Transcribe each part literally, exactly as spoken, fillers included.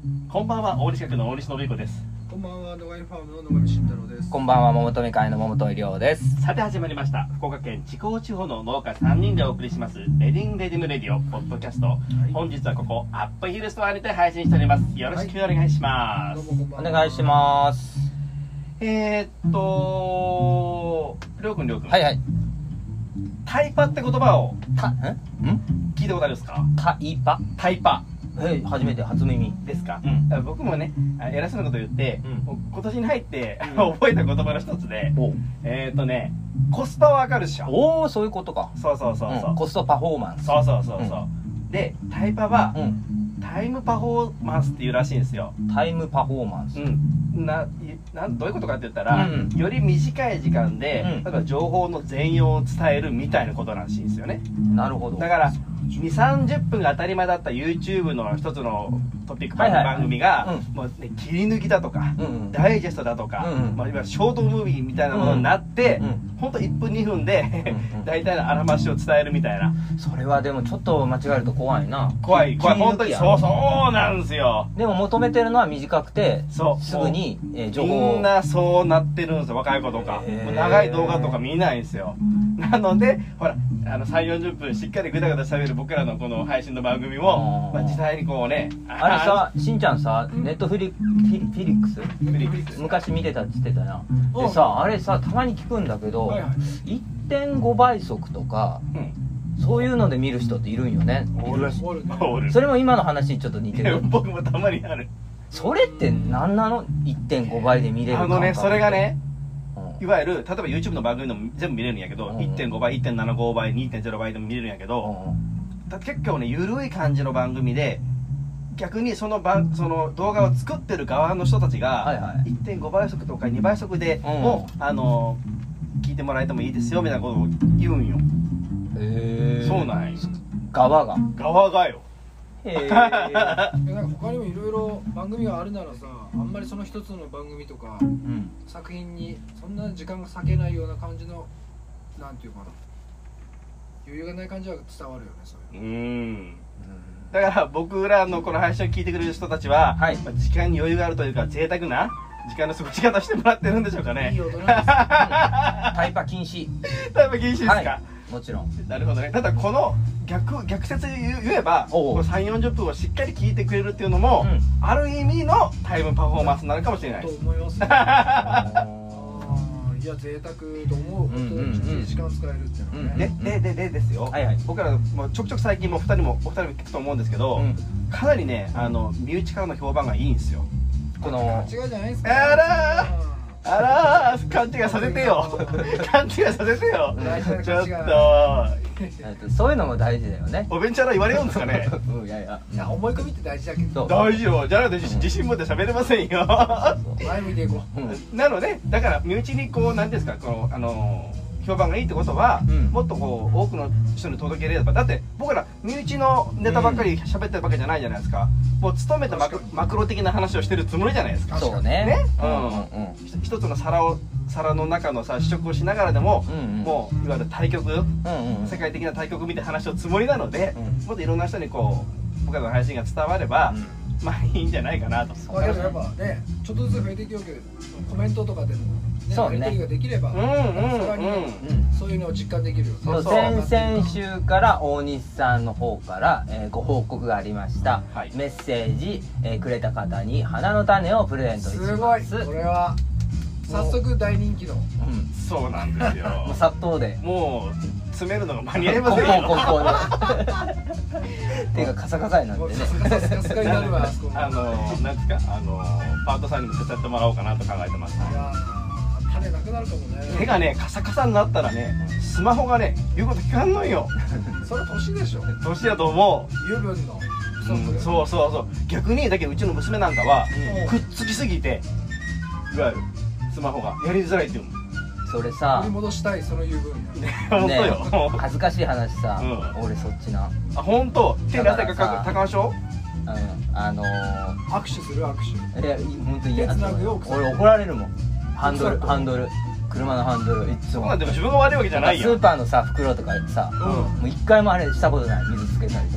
こんばんは、大西学の大西信彦です。 こんばんは、野上ファームの野上慎太郎です。 こんばんは、桃富会の桃富亮です。 さて始まりました、福岡県筑豊地方の農家さんにんでお送りしますレディンレディムレディオポッドキャスト、はい、本日はここアップヒルストアにて配信しております。よろしくお願いします。 はい、どうもこんばんは。 お願いします。 えーっと亮君亮君はいはい。 タイパって言葉をたんん聞いたことあるんですか？ タイパタイパえ初めて初耳ですか？ うん、 僕もね偉そうなこと言って、うん、今年に入って、うん、覚えた言葉の一つで、えーっとねコスパはわかるっしょ。 おお、そういうことか。 そうそうそうそう、うん、 コストパフォーマンス。 そうそうそうそう、うん、でタイパは、うん、タイムパフォーマンスっていうらしいんですよ。 タイムパフォーマンス、 うん、ななどういうことかって言ったら、うん、より短い時間で、うん、例えば情報の全容を伝えるみたいなことらしいんですよね。 なるほど。 だからにじゅうさんじゅっぷんが当たり前だった YouTube の一つのトピック番組がもう、ね、切り抜きだとか、うんうん、ダイジェストだとか、うんうん、まあ、いわゆるショートムービーみたいなものになって、うんうん、ほんといっぷんにふんで大体のあらましを伝えるみたいな。 それはでもちょっと間違えると怖いな。 怖い怖い、本当にそうそうなんですよ。 でも求めてるのは短くてそうすぐに、えー、情報をみんなそうなってるんですよ。若い子とか長い動画とか見ないんですよ。なのでほらあのさんじゅうよんじゅっぷんしっかりグダグダ喋る僕らのこの配信の番組も、まあ、実際にこうね、 あれさ、しんちゃんさ、ネットフリフィフィリックスフィリックス昔見てたって言ってたな。でさ、あれさたまに聞くんだけど、はいはい、いってんご 倍速とか、うん、そういうので見る人っているんよね。いるらしい。それも今の話にちょっと似てる。 僕もたまにある。 それって何なの？ いってんご 倍で見れる感覚。 あのね、それがね、いわゆる例えば YouTube の番組でも全部見れるんやけど、うん、いってんご 倍、いってんななご 倍、にてんゼロ 倍でも見れるんやけど、うん、結構ね緩い感じの番組で、逆にその番その動画を作ってる側の人たちが、はいはい、いってんご 倍速とかにばい速でも、うん、あの聞いてもらえてもいいですよみたいなことを言うんよ。へえ。そうなんや。 側が側がよ。 へえ。なんか他にもいろいろ番組があるならさ、あんまりその一つの番組とか、うん、作品にそんな時間が割けないような感じの、なんていうかな、余裕がない感じは伝わるよね。そういうの。うん。だから僕らのこの配信を聞いてくれる人たちは、はい、まあ、時間に余裕があるというか贅沢な時間の過ごし方してもらってるんでしょうかね。いい大人です。 タイパ禁止。 タイパ禁止ですか。はい、 もちろん。 なるほどね。ただこの逆逆説言えば、このさんじゅうよんじゅっぷんをしっかり聞いてくれるっていうのも、うん、ある意味のタイムパフォーマンスになるかもしれない。と思いますね。いや贅沢と思う。本当に時間使えるっていうのはね。ででででですよ。はいはい。僕らもちょくちょく最近もふたりもお二人も聞くと思うんですけど、うん、かなりねあの身内からの評判がいいんですよ。この間違いじゃないですか。あらー。あらー、勘違いさせてよ。勘違いさせてよ。ちょっとそういうのも大事だよね。 おべんちゃら言われようんですかね。 うん、いやいや、いや思い込みって大事だけど。 大事よ。じゃないと自信持って喋れませんよ。 前向いていこう。なのでだから身内にこうなんですか、このあの評判がいいってことは、うん、もっとこう多くの人に届けれれば。だって僕ら身内のネタばっかり喋ってるわけじゃないじゃないですか。もう勤めたマク、マクロ的な話をしてるつもりじゃないですか。 そうね。 ね、うん、うん、一つの皿を皿の中のさ試食をしながらでも、うんうん、もういわゆる対局、うんうん、世界的な対局みたいな話をつもりなので、うん、もっといろんな人にこう僕らの配信が伝われば、うん、まあいいんじゃないかなと。 まあでもやっぱね、ちょっとずつ増えていくけど、コメントとかでもね、やり取りができれば、さらにそういうのを実感できるよ。 そうそう。先々週から大西さんの方から、えー、ご報告がありました。はい、メッセージ、えー、くれた方に花の種をプレゼントします。 すごい。これは早速大人気の。うん、 そうなんですよ。 もう殺到で。 もう詰めるのが間に合いませんよ。 ここここ手がカサカサになってね。 カサカサになるわ。 あのなんですか、あのパートさんにも手伝ってもらおうかなと考えてます。 種なくなるかもね。 手がねカサカサになったらね、スマホがね言うこと聞かんのよ。 それ年でしょ。 年だと思う。 油分の。 うん、そうそうそう。逆にだけどうちの娘なんかは、うん、くっつきすぎていわゆるスマホがやりづらいっていうの。 それさ取り戻したいその油分ね。本当よ。 恥ずかしい話さ、うん、俺そっちな。 あ、本当。手に汗かく高橋を。 うん、あのー、 握手する握手。 いや本当に手つなぐよ。 俺怒られるもん。ハンドルハンドル車のハンドルいつも。 でも自分が悪いわけじゃないよ。 スーパーのさ袋とかさ、うん、もう一回もあれしたことない。水つけたりとか。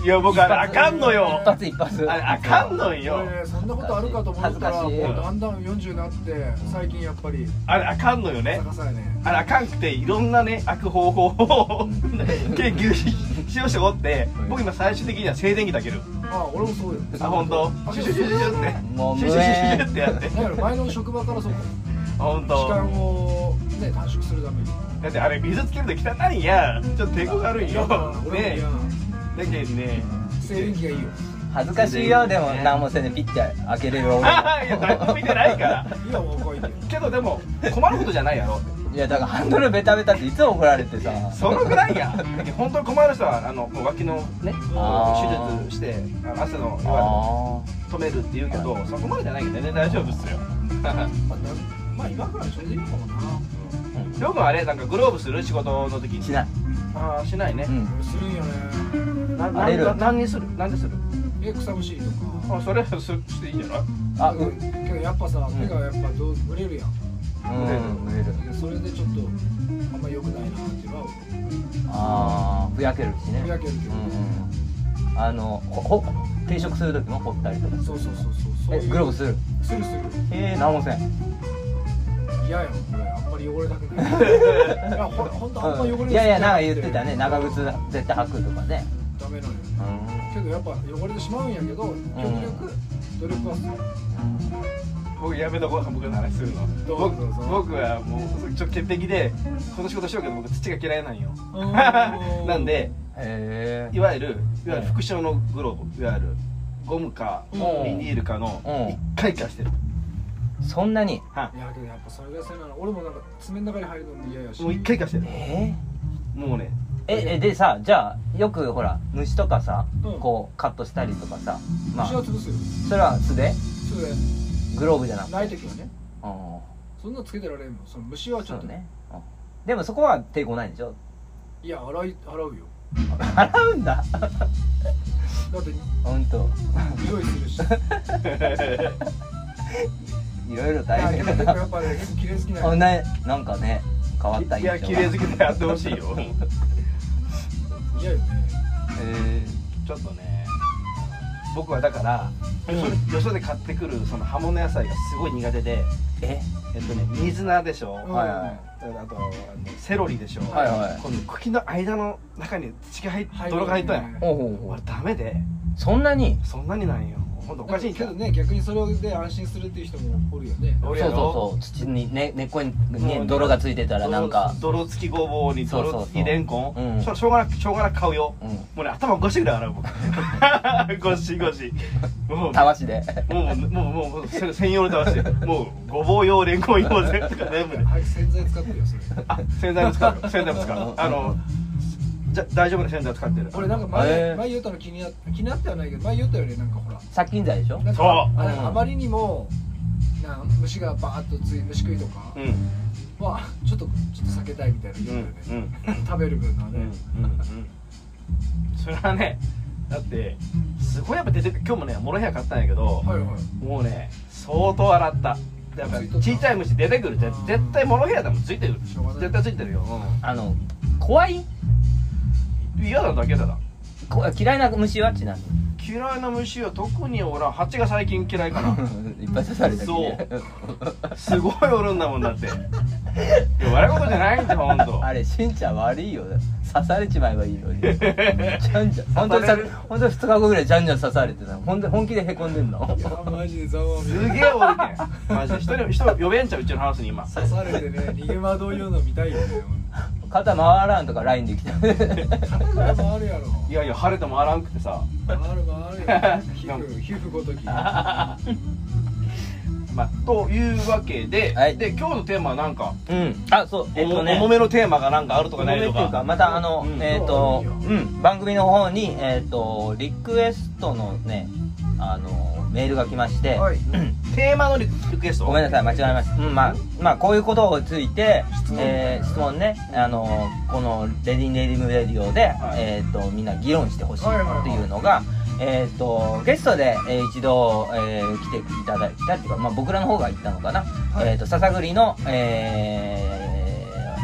いや僕あれあかんのよ。 一発一発あれあかんのよ。 俺ねそんなことあるかと思ったらもうだんだんよんじゅうになって最近やっぱりあれあかんのよね。 逆さやね。 あれあかんくていろんなね開く方法を研究ししようしておって、僕今最終的には静電気だける。 あ俺もそうよ。 あ本当。シュシュシュシュシュってもうシュシュシュシュってやって。 だから前の職場からそこ本当。 時間をね短縮するために。 だってあれ水つけると汚いんや。ちょっと抵抗があるんよ。ね。だけどね。 静電気がいいよ。 恥ずかしいよ。でも何もせんでピッて開けれる俺。 ああいや誰も見てないから。 いや若いけど。 けどでも困ることじゃないやろ。 いやだからハンドルベタベタっていつも怒られてさ。 そのぐらいや。本当に困る人はあの脇のね手術して汗のいわゆる止めるって言うけど、そこまでじゃないけど全然大丈夫っすよ。 まあ今からそれでいいかもな。 りょうくんあれなんかグローブする仕事の時に。 しない。 ああしないね。 俺するんよね。 ななな何にする？なんでする？ え草むしりとか。 あそれすしていいんじゃない？ あうけどやっぱさ手がやっぱどう蒸れるやん。 うん蒸れる。 それでちょっとあんま良くないなっていうのは。 ああふやけるしね。 ふやけるけど。 うんうん。あのほほ定食する時も掘ったりとか。 そうそうそうそう。 えグローブする？ するする。 ええ何もせん。 嫌やん俺あんまり汚れたくない。いやほほんとあんま汚れ。 いやいやなんか言ってたね長靴絶対履くとかね。 ダメなのよ。けどやっぱ汚れてしまうんやけど極力努力はする。 僕やめとこう僕の話するの。僕僕はもうちょっと潔癖でこの仕事しようけど僕土が嫌いなんよ。なんでいわゆるいわゆる副賞のグローブいわゆるゴムかビニールかの一回かしてる。 そんなに？ いやけどやっぱそれぐらいせなの。俺もなんか爪の中に入るのも嫌やし。 もう一回かしてる。 えもうね。 えでさじゃあよくほら虫とかさこうカットしたりとかさ。 虫は潰すよ。 それは素手？ 素手。 グローブじゃなくて。 ない時はね。そんなつけてられんの。その虫はちょっとね。 でもそこは抵抗ないんでしょ？ いや洗い洗うよ。 洗うんだ。 だって本当。 匂いするし。 いろいろ大変。 結構やっぱね結構綺麗好きなの。 ねなんかね変わった印象が。 いや綺麗好きでやってほしいよ。 嫌よね。 えちょっとね僕はだからよそで買ってくるその葉物野菜がすごい苦手で。 ええっとね水菜でしょ。 はいはい。 あとセロリでしょ。 はいはい。 この茎の間の中に土が入って泥が入ったんや。 ほうほうほう。 俺ダメで。 そんなに？ そんなになんよ。本当おかしいけどね逆にそれで安心するっていう人もおるよね。 そうそうそう土にね根っこに泥がついてたらなんか泥付きごぼうに泥付きレンコン。それしょうがなくしょうがなく買うよ。もうね頭ゴシぐらい洗う僕。ゴシゴシ。 たわしで。 もうもうもう専用のたわしで。もうごぼう用レンコン用全部全部で。 はい洗剤使ってるよそれ。 あ洗剤も使うよ。洗剤も使う。あのじゃ大丈夫な洗剤使ってる。 俺なんか前前言ったの気にな気になってはないけど前言ったよねなんかほら。 殺菌剤でしょ？ そう。 あまりにもなん虫がバーッとつい虫食いとかはちょっとちょっと避けたいみたいな言うよね。食べる分のはね。 それはねだってすごいやっぱ出てくる今日もねモロヘア買ったんやけどもうね相当洗った。やっぱ小さい虫出てくる絶対モロヘアでもついてる。絶対ついてるよ。 あの怖い？ 嫌なだけだな。 嫌いな虫はちなみに？ 嫌いな虫は特に俺は蜂が最近嫌いかな。 いっぱい刺された。 そうすごいおるんだもんだって。いや悪いことじゃないんだほんと。 あれしんちゃん悪いよ刺されちまえばいいのに。ちゃんちゃん本当にさ本当にふつかごぐらいちゃんちゃん刺されてさ本当本気でへこんでんの。 いやマジでざわみ。 すげえおるけん。マジで一人人呼べんちゃううちのハウスに今。 刺されてね逃げ惑うような見たいよね。 肩回らんとかラインできた。 肩回るやろ。 いやいや晴れても回らんくてさ。 回る回るよ。皮膚皮膚ごとき。 まあというわけで、 はい、 で今日のテーマはなんか、 うん、あそうえっとね重めのテーマがなんかあるとかないとか。 重めっていうかまたあの、うん、えっ、ー、とうん番組の方にえっ、ー、とリクエストのねあのメールが来まして、はい、 テーマのリクエスト。 ごめんなさい間違えました。うんまあまあこういうことについて質問、えー、質問ねあのこのレディンレディムレディオで、はい、えっ、ー、とみんな議論してほしいっていうのが。えー、とゲストで、えー、一度、えー、来ていただいたっていうか、まあ、僕らの方が行ったのかな、はい、えー、と笹栗の、えー、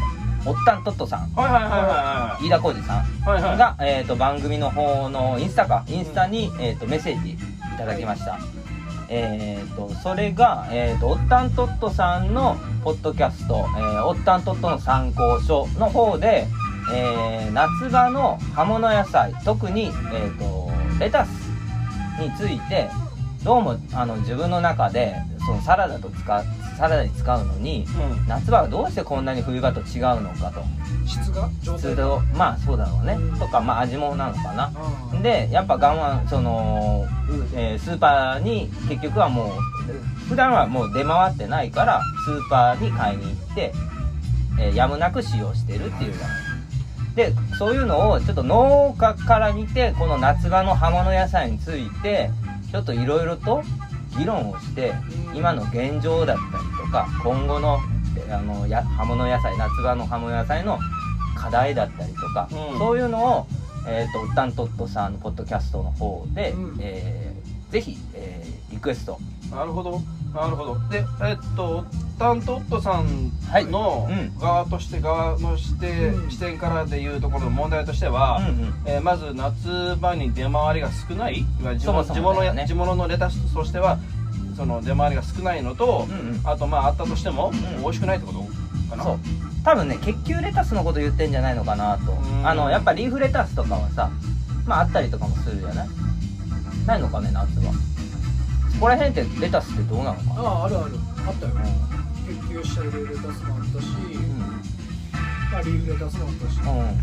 おったんとっとさん、 はいはいはいはい、 飯田浩二さんが、はいはい、えー、と番組の方のインスタかインスタに、えー、とメッセージいただきました、はい、えー、とそれが、えー、とおったんとっとさんのポッドキャスト、えー、おったんとっとの参考書の方で、えー、夏場の葉物野菜、特に、えー、とレタスについてどうもあの自分の中でそのサラダと使サラダに使うのに、うん、夏場はどうしてこんなに冬場と違うのかと、 質が質度、まあそうだろうね、うん、とか、まあ、味もなのかな、うん、でやっぱ我慢その、えー、スーパーに結局はもう普段はもう出回ってないからスーパーに買いに行って、えー、やむなく使用してるっていうじゃない。でそういうのをちょっと農家から見てこの夏場の葉物野菜についてちょっといろいろと議論をして今の現状だったりとか今後のあのや葉物野菜夏場の葉物野菜の課題だったりとか、うん、そういうのを、えー、とおったんとっとさんのポッドキャストの方で、うん、えー、ぜひ、えー、リクエスト。 なるほどなるほど。でえっとおったんとっとさんの側として、側の視点、うん、視点からでいうところの問題としては、うんうん、えー、まず夏場に出回りが少ない、地物、地物や地物のレタスとしてはその出回りが少ないのと、うんうん、あとまああったとしても、うん、美味しくないってことかな。 そう多分ね結球レタスのこと言ってんじゃないのかなと。あのやっぱリーフレタスとかはさまああったりとかもするじゃないないのかね夏は。ここら辺ってレタスってどうなのかな。 あああるあるあったよ、うん、結球したレタスもあったし、うん、まあリーフレタスもあったし、うん、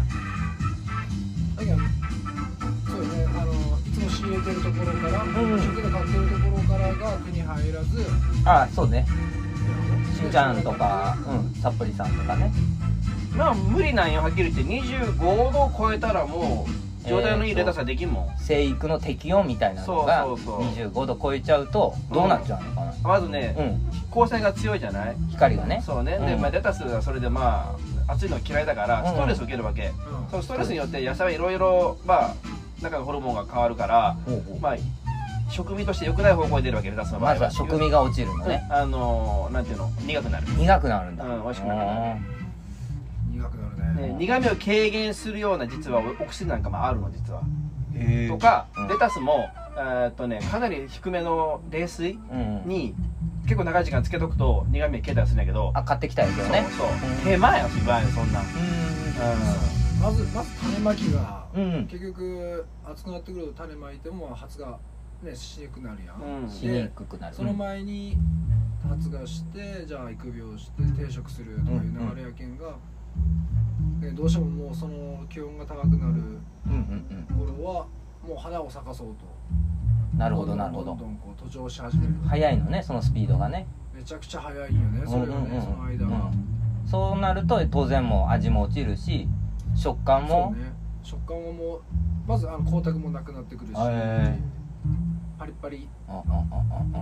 だけどそうよね、あのいつも仕入れてるところから、うん、食で買ってるところからが手に入らず、 ああそうね、しんちゃんとか、うん、さっぽりさんとかね。 まあ無理なんよはっきり言って。にじゅうごどを超えたらもう状態のいいレタスはできんもん、 えー、生育の適温みたいなのがにじゅうごど超えちゃうとどうなっちゃうのかな、うん、 まずね、うん、光線が強いじゃない、 光がね。 そうね、うん、で、まあ、レタスはそれでまあ暑いの嫌いだからストレス受けるわけ、うん、そのストレスによって野菜はいろいろまあ中のホルモンが変わるから、うん、まあ食味として良くない方向に出るわけ。レタスの場合はまずは食味が落ちるのね、 うん、あのー、なんていうの苦くなる苦くなるんだ、 うん、美味しくなくなる。 苦くなるね。 ね、苦味を軽減するような実はお薬なんかもあるの実は。とか、うん、レタスもえーっとねかなり低めの冷水に、うん、結構長い時間つけとくと苦味が消えたりするんだけど。 あ、買ってきたやつよね。 そうそう、うん、手前やしばいそんなん。うん、 まずまず種まきが、うん、結局暑くなってくると種まいても発芽ねしにくくなるやん、 うん、しにくくなる。 その前に発芽してじゃあ育苗して定食するとかいう流れやけんが、でどうしてももうその気温が高くなる頃はもう花を咲かそうと。 なるほどなるほど。 どんどんこう徒長し始める。 早いのねそのスピードがね。 めちゃくちゃ早いよねそれがね、うんうんうん、その間が、うん、 そうなると当然もう味も落ちるし食感も、 そうね、食感はもうまずあの光沢もなくなってくるし、パリッパリ、うん、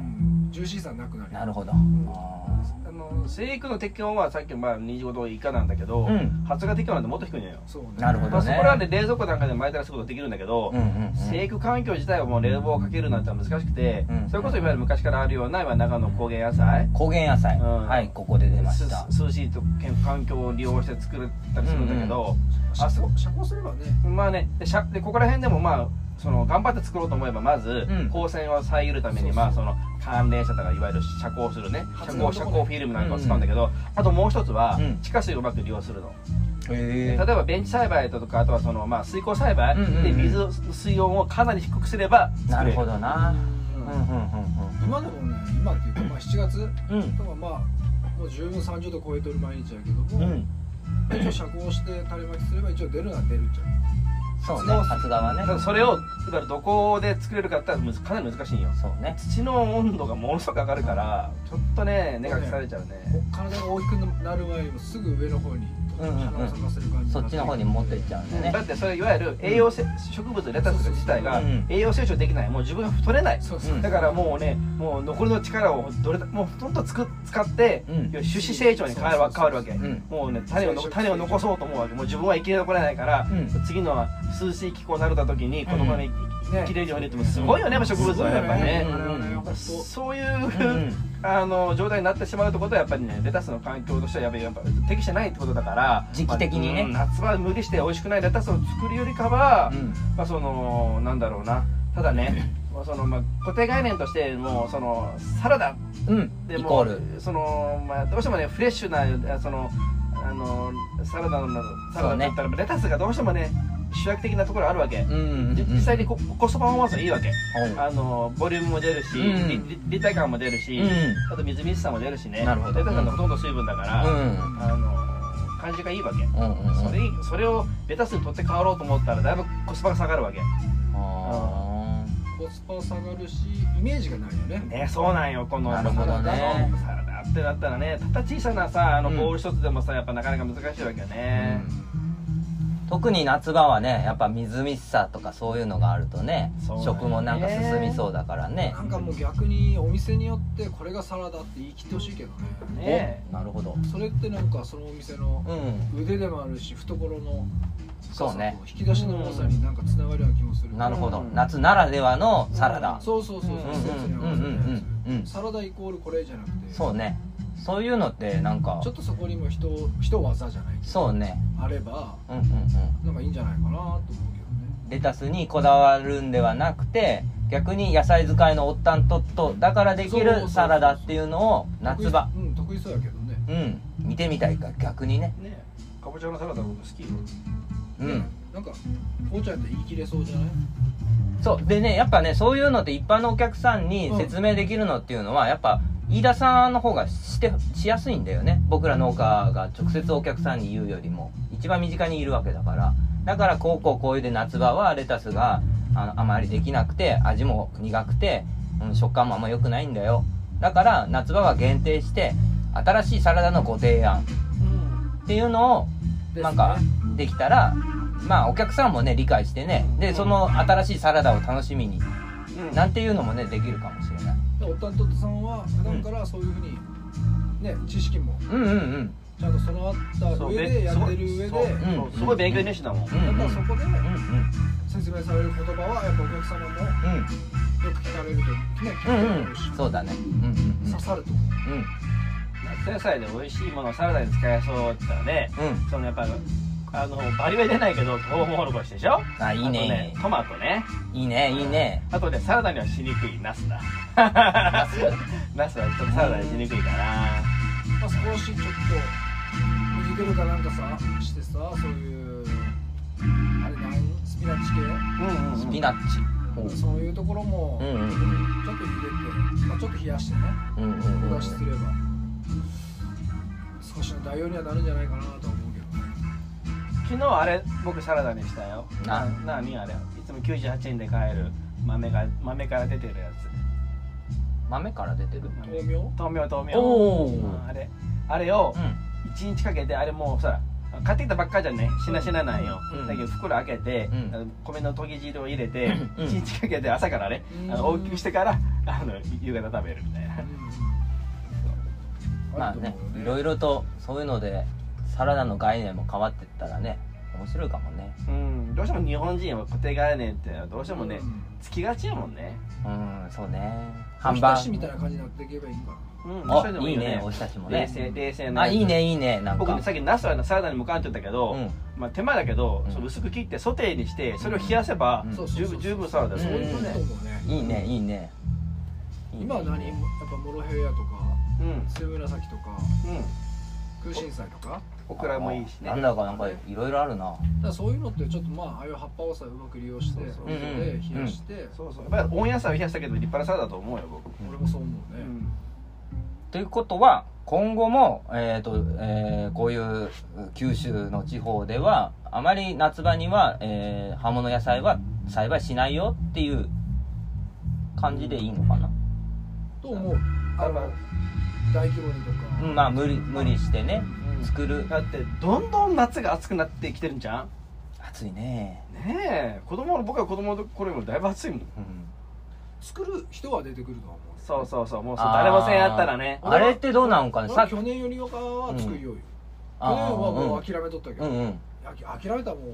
ジューシーさなくなる。 なるほど、 うん、 あの生育の適温はさっきまあにじゅうごど以下なんだけど、うん、発芽適温なんてもっと低いのよ。 そうね、 なるほどね、 まあ、そこらで冷蔵庫なんかで巻いたらすることできるんだけど、うんうんうん、生育環境自体はもう冷房をかけるなんて難しくて、うんうん、それこそいわゆる昔からあるような中の高原野菜高原野菜、うん、はいここで出ました。 涼しいと環境を利用して作ったりするんだけど、 うん、あそ遮光すればねまあねでしゃでここら辺でもまあその頑張って作ろうと思えばまず、うん、光線を遮るためにまあその寒冷車とかいわゆる遮光するね遮光遮光フィルムなんかを使うんだけど、うん、あともう一つは、うん、地下水をうまく利用するの。例えばベンチ栽培とかあとはそのまあ水耕栽培で水の水温をかなり低くすれば作れる。 なるほどな。 今でもね今っていうかまあしちがつとかまあもう十分さんじゅうど超えとる毎日やけども、うん、一応遮光して種まきすれば一応出るのは出るじゃん。 そうね、発芽はね。 それをどこで作れるかって言ったらかなり難しいんよ。そうね。土の温度がものすごく上がるから、ちょっとね根が腐れちゃうね。 体が大きくなる前にもすぐ上の方に花を咲かせる感じ。 そっちの方に持っていっちゃうんでね。 だってそれいわゆる栄養せ植物レタス自体が栄養成長できない。もう自分が太れない。だからもうねもう残りの力をどれもうほとんどつく使って種子成長に変わる変わるわけ。もうね種を種を残そうと思うわけ。もう自分は生き残れないから次のは涼しい気候になるた時に子供にきれいに入れてもすごいよね、植物はやっぱね。そういうあの状態になってしまうってことはやっぱりね、レタスの環境としてはやっぱりやっぱ適してないってことだから、 時期的にね、 夏は無理して美味しくないレタスを作るよりかは、まあそのなんだろうな、ただね、そのまあ固定概念としてもうそのサラダでもそのまあどうしてもねフレッシュなそのあのサラダのサラダだったらレタスがどうしてもね主役的なところあるわけ。実際にコストパフォーマンスがいいわけ。あのボリュームも出るし、立体感も出るし、あとみずみずしさも出るしね。レタスのほとんど水分だからあの感じがいいわけ。それそれをレタスに取って変わろうと思ったらだいぶコスパが下がるわけ。 コスパ下がるしイメージがないよね。 ね、そうなんよ。このサラダサラダってなったらね、たった小さなさあのボウル一つでもさやっぱなかなか難しいわけよね。 特に夏場はね、やっぱみずみずしさとかそういうのがあるとね、食もなんか進みそうだからね。 なんかもう逆にお店によってこれがサラダって言い切ってほしいけどね。 ね、なるほど。 それってなんかそのお店の腕でもあるし、懐のそうね、 引き出しの多さになんかつながるような気もする。 なるほど。夏ならではのサラダ。 そうそうそうそう。サラダイコールこれじゃなくて。 そうね。そういうのってなんかちょっとそこにも人人技じゃないけどそうねあれば、うんうんうん、なんかいいんじゃないかなと思うけどね。 レタスにこだわるんではなくて、逆に野菜使いのおったんとっとだからできるサラダっていうのを夏場得意、うん、得意そうやけどね。 うん、見てみたいから逆にね。 ね、かぼちゃのサラダ僕好きよ。 うん、なんかこうちゃんって言い切れそうじゃない？ そうでね、やっぱね、そういうのって一般のお客さんに説明できるのっていうのは、うん、やっぱ飯田さんの方がしてしやすいんだよね。僕ら農家が直接お客さんに言うよりも一番身近にいるわけだから。だからこうこうこういうで夏場はレタスがあのあまりできなくて味も苦くて、うん、食感もあんま良くないんだよ。だから夏場は限定して新しいサラダのご提案っていうのをなんかできたら、まあお客さんもね理解してね、でその新しいサラダを楽しみになんていうのもねできるかもしれない。 おったんとってさんは普段からそういうふうにね、知識もうんうんうんちゃんと備わった上でやってる上で、 すごい勉強にしてたもん。だからそこで説明される言葉はやっぱお客様もよく聞かれるとね、聞いてるし、 そうだね、 刺さると。 夏野菜で美味しいものをサラダに使えそうって言ったらね、そのやっぱあのバリは出ないけどトウモロコシでしょ。 あ、いいね。 トマトね。 いいねいいね。 あとねサラダにはしにくいナスだ。ナスナスはちょっとサラダにしにくいかな。 まあ少しちょっと煮てるかなんかさしてさ、そういうあれ何スピナッチ系、 うんうん、スピナッチ、 そういうところもちょっと入れて、まあ、ちょっと冷やしてね、お出しすれば少しの代用にはなるんじゃないかなと思うけどね。 昨日あれ僕サラダにしたよ。な何あれいつもきゅうじゅうはちえんで買える豆が豆から出てるやつ。 豆から出てる豆苗豆苗豆苗。おー、あれあれをいちにちかけて、あれもうさ買ってきたばっかじゃんね、しなしななんよ。だけど袋開けて米のとぎ汁を入れていちにちかけて朝からね大きくしてからあの夕方食べるみたいな。 まあね、いろいろとそういうのでサラダの概念も変わってったらね面白いかもね。 うん、どうしても日本人は固定概念ってどうしてもね、うん、つきがちやもんね。 うん、そうね。 ハンバーグみたいな感じになっていけばいいんか。 うん、 あ、いいね、おひたしもね。 冷静冷静な。 あ、いいねいいね。なんか僕ねさっきナスはサラダに向かんって言ったけど、うん、まあ手間だけど、うん、その薄く切ってソテーにしてそれを冷やせば十分十分サラダ。そういうね。 いいねいいね。 今は何やっぱモロヘイヤとか、ツムラサキとか、空心菜とか。 オクラもいいしね。 なんだかなんかいろいろあるな。だからそういうのってちょっとまあああいう葉っぱをさうまく利用してそれで冷やして、 そうそう。やっぱり温野菜を冷やしたけど立派なサラダだと思うよ僕。 俺もそう思うね。 ということは今後もえっとえこういう九州の地方ではあまり夏場にはえ葉物野菜は栽培しないよっていう感じでいいのかな。 と思う。あの大規模にとか。 まあ無理無理してね。作る。 だってどんどん夏が暑くなってきてるんじゃん。 暑いね。 ねえ、子供の僕は子供の頃よりもだいぶ暑いもん。うん、 作る人は出てくると思う。 そうそうそう、もう誰もせんやったらね。 あれってどうなんかね。 さ去年よりかは作りようよ。去年はもう諦めとったけど、 うんうん、 諦めたらもう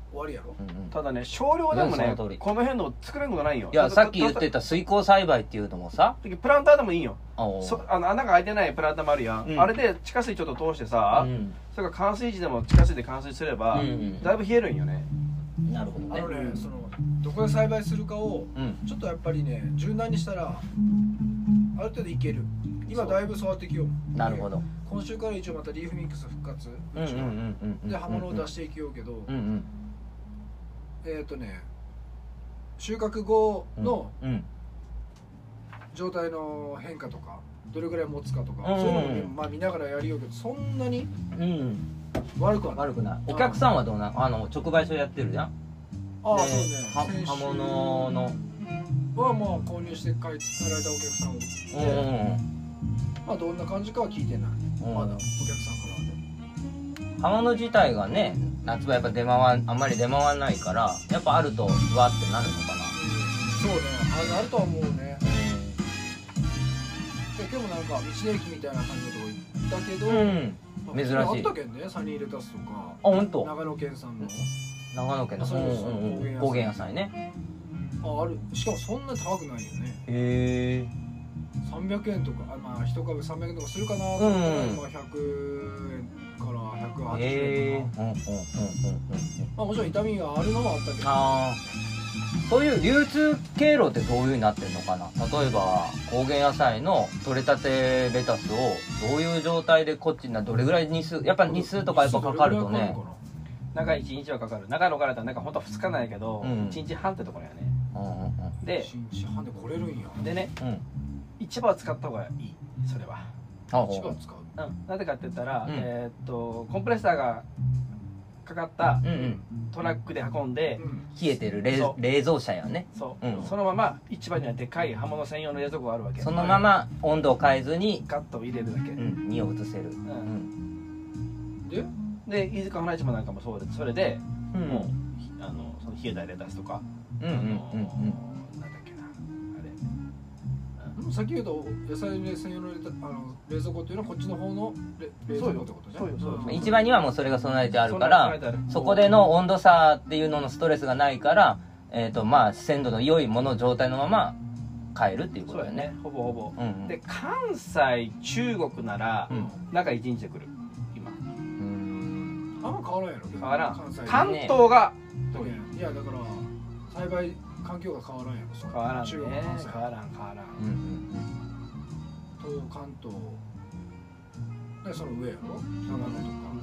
終わりやろ。 ただね少量でもねこの辺の作れんことないよ。 いやさっき言ってた水耕栽培っていうのもさ、 プランターでもいいよ。そあの穴が開いてないプランターもあるやん、うん、あれで地下水ちょっと通してさ、うん、それが冠水時でも地下水で冠水すれば、うん、だいぶ冷えるんよね。 なるほどね。 あのねそのどこで栽培するかを、うん、ちょっとやっぱりね柔軟にしたらある程度いける。今だいぶ育ってきよう。 なるほど。 今週から一応またリーフミックス復活で葉物を出していきようけど、うんうん、えっとね収穫後の状態の変化とかどれぐらい持つかとか、うんうん、そういうのも、ね、まあ見ながらやりようけどそんなに悪くはない。 悪くない。お客さんはどうなの？あの直売所やってるじゃん。 ああそうね。 刃物のはまあ購入して帰られたお客さんを見て、うん、まあどんな感じかは聞いてない。うん、まだお客さんからはね。 刃物自体がね夏場やっぱ出回あんまり出回らないからやっぱあるとわってなるのかな。うん、 そうね。あなるとは思うね。今日もなんか道の駅みたいな感じのとこ行ったけど、うんまあ、珍しい。あったけんね、サニーレタスとか。あ、 本当。 長野県産の。 長野県の高原野菜ね。 あ、ある。しかもそんな高くないよね。 へえ。 さんびゃくえんとか、あ、まあ一株さんびゃくえんとかするかなと思ったら、うん、今ひゃくえんからひゃくはちじゅうえんとか。まあもちろん痛みがあるのもあったけど。あそういう流通経路ってどういう風になってるのかな。例えば高原野菜の取れたてレタスをどういう状態でこっちにどれぐらい日数やっぱ日数とかやっぱかかるとね。 中いちにちはかかる。長野からだったらなんか本当はふつかなんやけど、うん、いちにちはんってところやね。うんうんうん、でいちにちはんで来れるんや。 でね、うん、市場を使った方がいい。それは。 市場を使う。 うん。なぜかって言ったら、うん、えー、っとコンプレッサーがかかったトラックで運んで、うん、 冷えてる 冷, 冷蔵車やね。 そう、うん、そのまま市場にはでかい刃物専用の冷蔵庫があるわけ。 そのまま温度を変えずにガッと入れるだけ、うん、 身を移せる、うんうん、でで飯塚花市場なんかもそうでそれで、うん、もうあのその冷えたレタスとか、うんうんうんうん、なんだっけなあれ、 うん、さっき言うと野菜専用の 冷, あの冷蔵庫っていうのはこっちの方の冷蔵庫ってことね。そうよそうよそうよ。 市場にはもうそれが備えてあるからそこでの温度差っていうののストレスがないから、えーとまあ、鮮度の良いもの状態のまま買えるっていうことだよね。 ほぼほぼ、うんうん、で関西中国なら、うん、中いちにちで来る今。 うんあんま変わらんやろ。 変わらん。 関西関東が、 ね、いやだから栽培環境が変わらんやろ。 変わらんね。中国関西変わらん変わらん、うんうん、 東関東でその上やろ長野とか、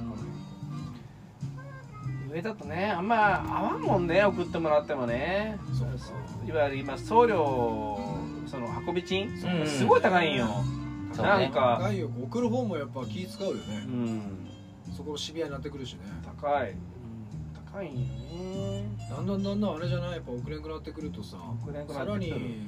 うん、上だとねあんま合わんもんね送ってもらってもね。そうそういわゆる今送料その運び賃、うん、すごい高いんよ、うん、なんか高いよ。送る方もやっぱ気使うよね、うん、そこシビアになってくるしね。 高い、うん、高いんよね。 だんだんだんだんあれじゃないやっぱ送れんくなってくるとささらに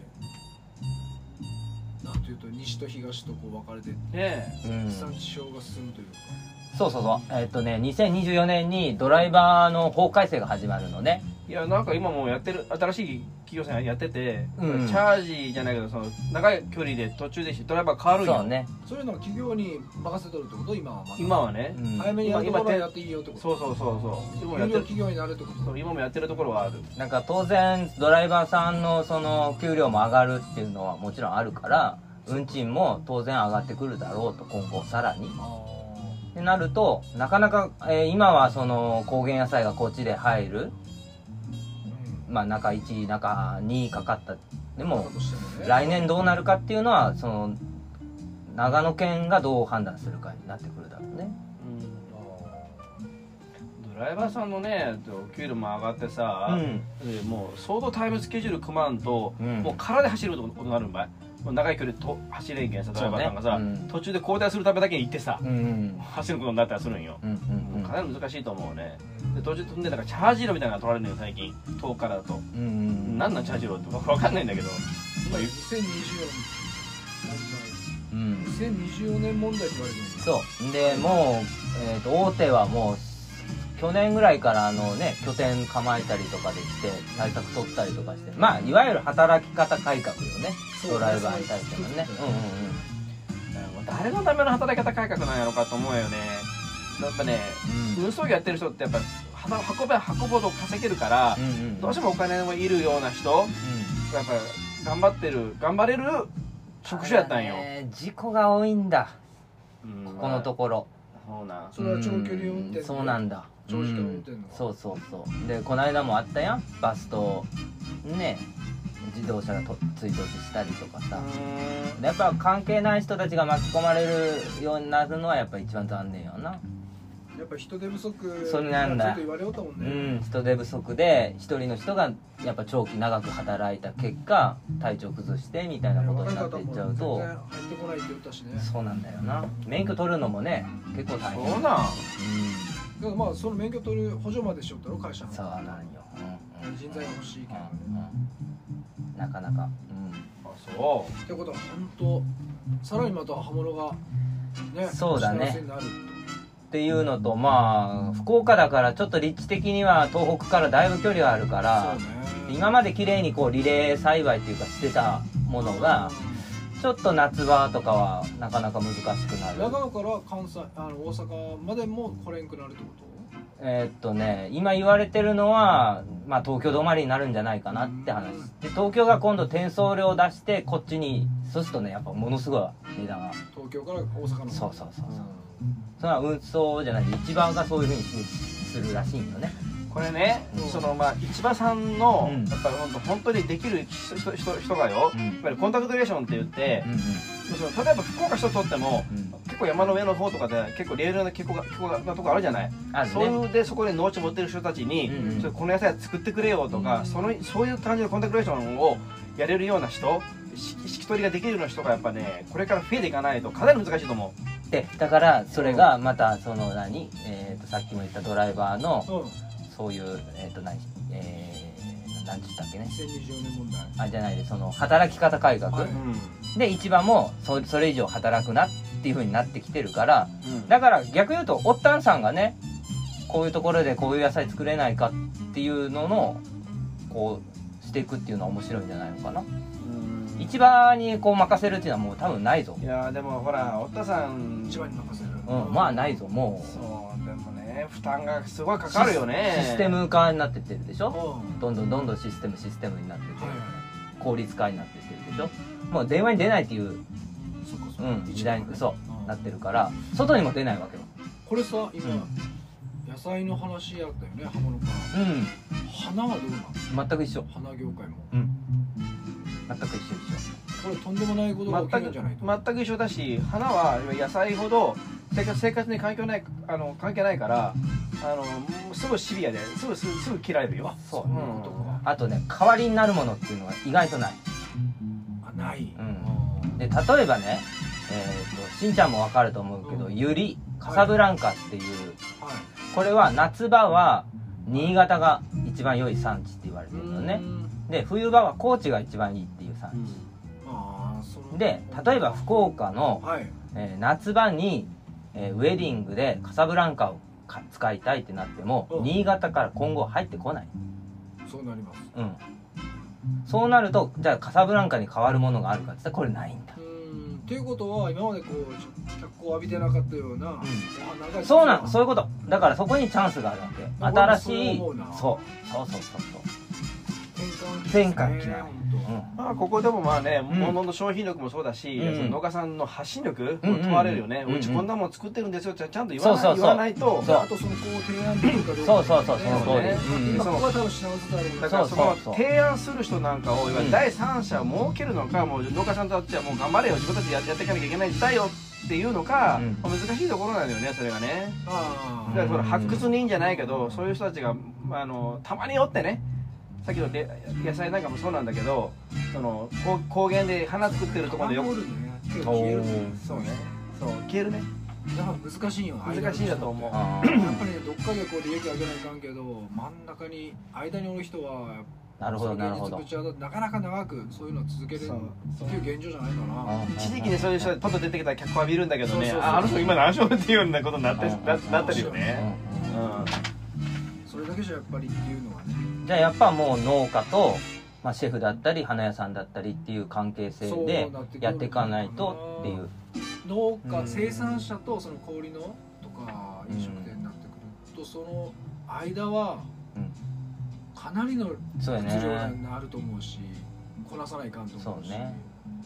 なんていうと西と東とこう分かれてね地産地消が進むというか。 そうそうそうえー、っとねにせんにじゅうよねんにドライバーの法改正が始まるのね。 いやなんか今もうやってる新しい企業さんやってて、うん、チャージじゃないけどその長い距離で途中でドライバー変わるんよ。 そうね。 そういうのは企業に任せとるってこと？今はまだ今はね、 うん、早めにやるところはやっていいよってこと。 そうそうそうそう今もやってる企業になるってこと。 そう今もやってるところはある。 なんか当然ドライバーさんのその給料も上がるっていうのはもちろんあるから運賃も当然上がってくるだろうと今後さらに。ってなるとなかなか、えー、今はその高原野菜がこっちで入る、うん、まあ中いち中にかかったでも、ね、来年どうなるかっていうのはその長野県がどう判断するかになってくるだろうね、 うん、ドライバーさんのねお給料も上がってさ、うん、もう相当タイムスケジュール組まんと、うん、もう空で走ることになるんばい。長い距離と走れんけんさドライバーさんがさ、ねうん、途中で交代するためだけに行ってさ、うん、走ることになったりするんよ、うんうんうん、かなり難しいと思うね。で途中飛んでなんかチャージロみたいなのが取られるのよ最近遠くからだと、うんうん、何なんチャージロって分かんないんだけど今にせんにじゅうよねん、うん、にせんにじゅうよねん問題って言われてるんだ。 そうでもう、えー、と大手はもう去年ぐらいからあのね拠点構えたりとかでして対策取ったりとかしてまあいわゆる働き方改革よねドライバーに対してもね。 うんうんうん。誰のための働き方改革なんやろうかと思うよね。やっぱね、うん、運送業やってる人ってやっぱ運べば運ぶほど稼げるから、うんうん、どうしてもお金もいるような人、うん、やっぱ頑張ってる頑張れる職種やったんよ。 事故が多いんだ、うん、ここのところ。 そうなん、 それは長距離運転、 うん、そうなんだ、 長時間運転の、うん、 そうそうそうでこの間もあったやん、バスとね自動車がと追突したりとかさ、やっぱ関係ない人たちが巻き込まれるようになるのはやっぱ一番残念よな。 やっぱ人手不足それなんだ、 ちょっと言われよったもんね、 うん、人手不足で一人の人がやっぱ長期長く働いた結果体調崩してみたいなことになっていっちゃうと、 入ってこないって言ったしね。 そうなんだよな。免許取るのもね結構大変。 そうなん、うん、 だからまあその免許取る補助までしよったろ会社の。 そうなんよ、 うんうん、人材が欲しいけどね、 うんうん、なかなか、うん、 あそうってことは本当さらにまた刃物がね、 そうだね幸せになるっていうのと、まあ福岡だからちょっと立地的には東北からだいぶ距離はあるから、ね、今まで綺麗にこうリレー栽培っていうかしてたものがちょっと夏場とかはなかなか難しくなる。 長野から関西あの大阪までも来れんくなるってこと？ えーっとね今言われてるのは、まあ、東京止まりになるんじゃないかなって話で、東京が今度転送料を出してこっちにそうするとねやっぱものすごい値段が東京から大阪のそうそうそうそう、それは運送じゃない市場がそういうふうにするらしいんよね。 これね、うん、そのまあ市場さんの、うん、やっぱり本当にできる人, 人, 人がよ、うん、やっぱりコンタクトレーションって言って、うんうん、その例えば福岡市とっても、うん、結構山の上の方とかで結構レールの結構が結構なとこあるじゃない。あるね、そうでそこで農地持ってる人たちに、うんうん、それこの野菜作ってくれよとか、うん、そのそういう感じのコンタクトレーションをやれるような人、引き取りができるような人がやっぱねこれから増えていかないとかなり難しいと思う。 でだからそれがまたその何、えー、とさっきも言ったドライバーの、うん、そういうえっ、ー、と何えー、何て言ったっけね、 にせんにじゅうよねん問題あじゃないでその働き方改革、はい、うん、で市場も そ, それ以上働くなっていう風になってきてるから、うん、だから逆言うとおったんさんがねこういうところでこういう野菜作れないかっていうののこうしていくっていうのは面白いんじゃないのかな。市場にこう任せるっていうのはもう多分ないぞ。 いやでもほらおったさん市場に任せる、 うん、まあないぞもう。 そうでもね負担がすごいかかるよね。 システム化になってってるでしょ、うん、どんどんどんどんシステムシステムになってて、はいはい、効率化になってってるでしょ。もう電話に出ないっていう、 そこそうん、時代にそう、うん、なってるから外にも出ないわけよ。 これさ今、うん、野菜の話やったよね刃物から、うん、花はどうなの？ 全く一緒。 花業界も、 うん、全く一緒一緒。 これとんでもないことが起きるんじゃないと。 全く、全く一緒だし花は野菜ほど生活生活に関係ないあの関係ないからあのすぐシビアですぐすぐすぐ切られるよ。 そう、うん、あとね代わりになるものっていうのは意外とない。 あない、 うん、で例えばね、えー、としんちゃんも分かると思うけど、うん、ユリカサブランカっていう、はい、これは夏場は新潟が一番良い産地って言われてるのね。で冬場は高知が一番いいっていう産地、うん、あそので例えば福岡の、はい、えー、夏場に、えー、ウェディングでカサブランカをか使いたいってなっても、うん、新潟から今後入ってこない。 そうなります、 うん、そうなるとじゃあカサブランカに変わるものがあるかって言ったらこれないんだ。 うんっていうことは今までこう脚光を浴びてなかったような、うん、お花がそうなの、そういうことだからそこにチャンスがあるわけ。新しいそうそうそうそうそう転換期なの。 まあここでもまあね、うん、物の消費力もそうだし、うん、その農家さんの発信力も問われるよね。うんうん、うちこんなもん作ってるんですよってちゃんと言わない、そうそうそう言わないと。 そうあとそのこう提案できるかどうか、 そうそうそうその通り。 今ここは多分品薄だろうね。 だからその提案する人なんかをいわゆる第三者を設けるのか、もう農家さんたちはもう頑張れよ自分たちでやっていかなきゃいけない時代よっていうのか、うん、難しいところなんだよねそれがね。あだからその発掘人じゃないけど、そういう人たちがあのたまによってね。さっきの野菜なんかもそうなんだけど、その高原で花作ってるところでよく消えるね。そうね。そう消えるね。 だから難しいよ。 難しいんだと思う。 やっぱりねどっかでこう利益上げないかんけど、真ん中に間におる人はなるほどなるほど。 なかなか長くそういうのを続けるっていう現状じゃないかな。 一時期ねそういう人がパッと出てきたら脚光浴びるんだけどね、あの人今何勝っていうようなことになってなってるよね。 それだけじゃやっぱりっていうのはね。 じゃあやっぱもう農家と、まあ、シェフだったり花屋さんだったりっていう関係性でやっていかないとっていう。 農家、うん、生産者とその小売りのとか飲食店になってくると、その間はかなりの物量になると思うし、こなさないかんと思うし。 そうね。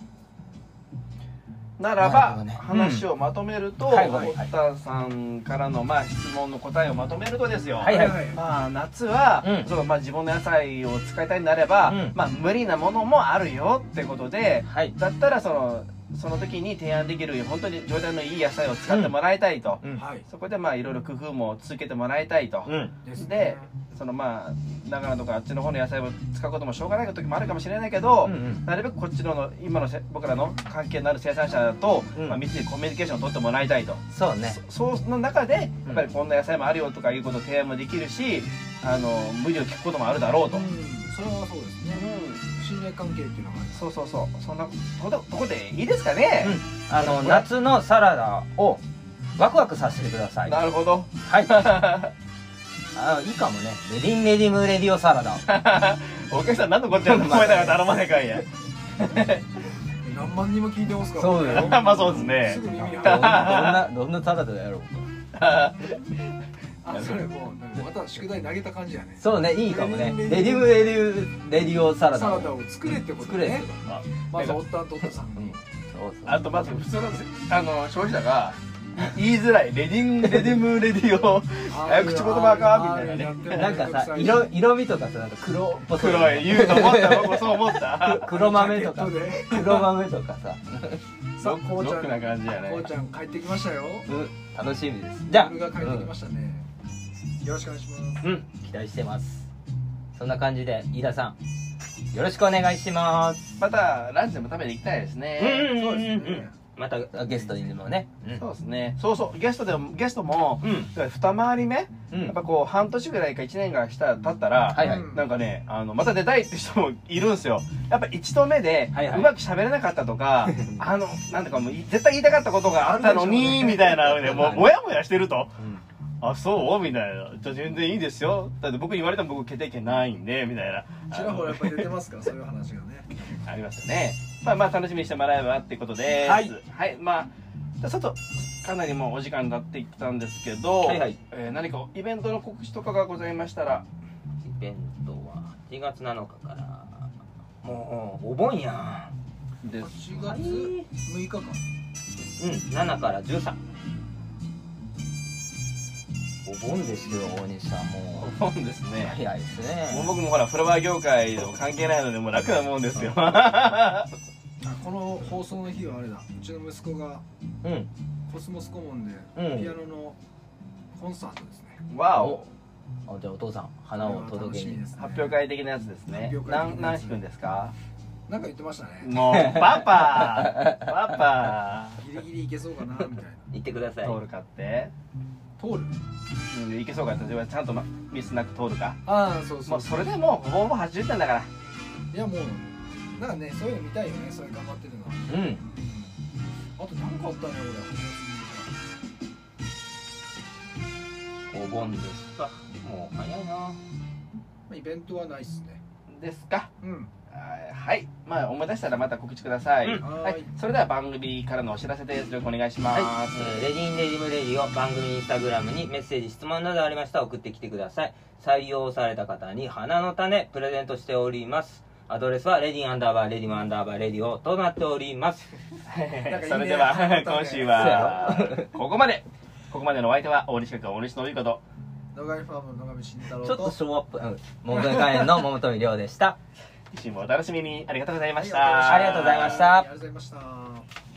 ならば話をまとめると、堀田さんからのまあ質問の答えをまとめるとですよ、 はいはい、 まあ夏は、うん、そのまあ自分の野菜を使いたいんであれば、うん、まあ無理なものもあるよってことで、はい、だったらそのその時に提案できる本当に状態のいい野菜を使ってもらいたいと、うん、そこでまあいろいろ工夫も続けてもらいたいと、うん、でそのまあ長野とかあっちの方の野菜を使うこともしょうがない時もあるかもしれないけど、うんうん、なるべくこっちの今の僕らの関係のある生産者と、うん、まあ、密にコミュニケーションを取ってもらいたいと。そうね。そ, その中でやっぱりこんな野菜もあるよとかいうことを提案もできるし、あの無理を聞くこともあるだろうと、うん、 それはそうですね、うん、信頼関係っていうのがある。 そうそうそう、そんなとこでいいですかね、 うん、あの夏のサラダをワクワクさせてください。 なるほど、 はいあ、いいかもね。レディンレディムレディオサラダお客さん何のこっちゃの声だから頼まないかんや何万人も聞いてますからそうよまあそうですね。 すぐ耳に入る。 どんなどんなサラダやろうあ、それもうまた宿題投げた感じやね。 そうね、いいかもね。レディムレディレディオサラダサラダを作れってことね。まずおったんとおったさんに。 あとまず普通のあの消費者が言いづらいレディンレディムレディオ口言葉かみたいなね。 なんかさ、色色味とかさ、なんか黒っぽい黒い言うと思った僕そう思った黒豆とか黒豆とかさロックな感じやね。 こうちゃん帰ってきましたよ。 楽しみです。じゃあ僕が帰ってきましたね。よろしくお願いします。 うん、期待してます。そんな感じで飯田さんよろしくお願いします。 またランチでも食べに行きたいですね。 そうですね。 またゲストにもね、 うん、そうですね。そうそう、ゲストでもゲストも、うん、二回り目、うん、やっぱこう半年ぐらいか一年がした経ったら、はいはい、なんかね、あのまた出たいって人もいるんですよ。やっぱ一度目で、はいはい、うまく喋れなかったとか、あのなんとかもう絶対言いたかったことがあったのにみたいなので、もうもやもやしてると。うん、あ、そうみたいな。じゃあ全然いいですよ。だって僕に言われても僕決定権ないんでみたいな。 ちらほらやっぱり出てますからそういう話がね。 ありますよね。まあまあ楽しみにしてもらえればっていうことです。はい。はい、まあちょっとかなりもうお時間になってきたんですけど、はいはい、えー、何かイベントの告知とかがございましたら。 イベントははちがつなのかからもうお盆やん。 ではちがつむいかか。 うん、ななからじゅうさん。お盆ですよ大西さん。もうお盆ですね。 早いですね。 もう僕もほらフラワー業界と関係ないのでもう楽なもんですよ。この放送の日はあれだ、うちの息子が、うん、コスモスコモンで、うん、ピアノのコンサートですね。 わお。 あ、じゃあお父さん花を届けに、ね、 発表会的なやつですね。何何弾くんですか。 なんか言ってましたね。 もうパパパパギリギリいけそうかなみたいな。 言ってください。 通るかって。 通る。 うん、いけそうかってちゃんとミスなく通るか。 ああ、そうそう。 もうそれでもうほぼはちじゅってんだから。 いやもうなんかね、そういうの見たいよね、そういう頑張ってるのは。うん。あと何かあったね俺。お盆ですか。もう早いな。まあイベントはないっすね。 ですか。 うん。 はい、まあ思い出したらまた告知ください。うん、はい、それでは番組からのお知らせです。よろしくお願いします。はい、 えー、レディンレディムレディを番組インスタグラムにメッセージ質問などありましたら送ってきてください。採用された方に花の種プレゼントしております。アドレスはレディンアンダーバーレディムアンダーバーレディオとなっております。 それでは今週はここまで。ここまでのお相手は大西学大西信彦と野上ファームの野上慎太郎とちょっとショーアップ、うん、桃谷花園の桃富亮でした。 次週もお楽しみに。ありがとうございました。 ありがとうございました。 ありがとうございました。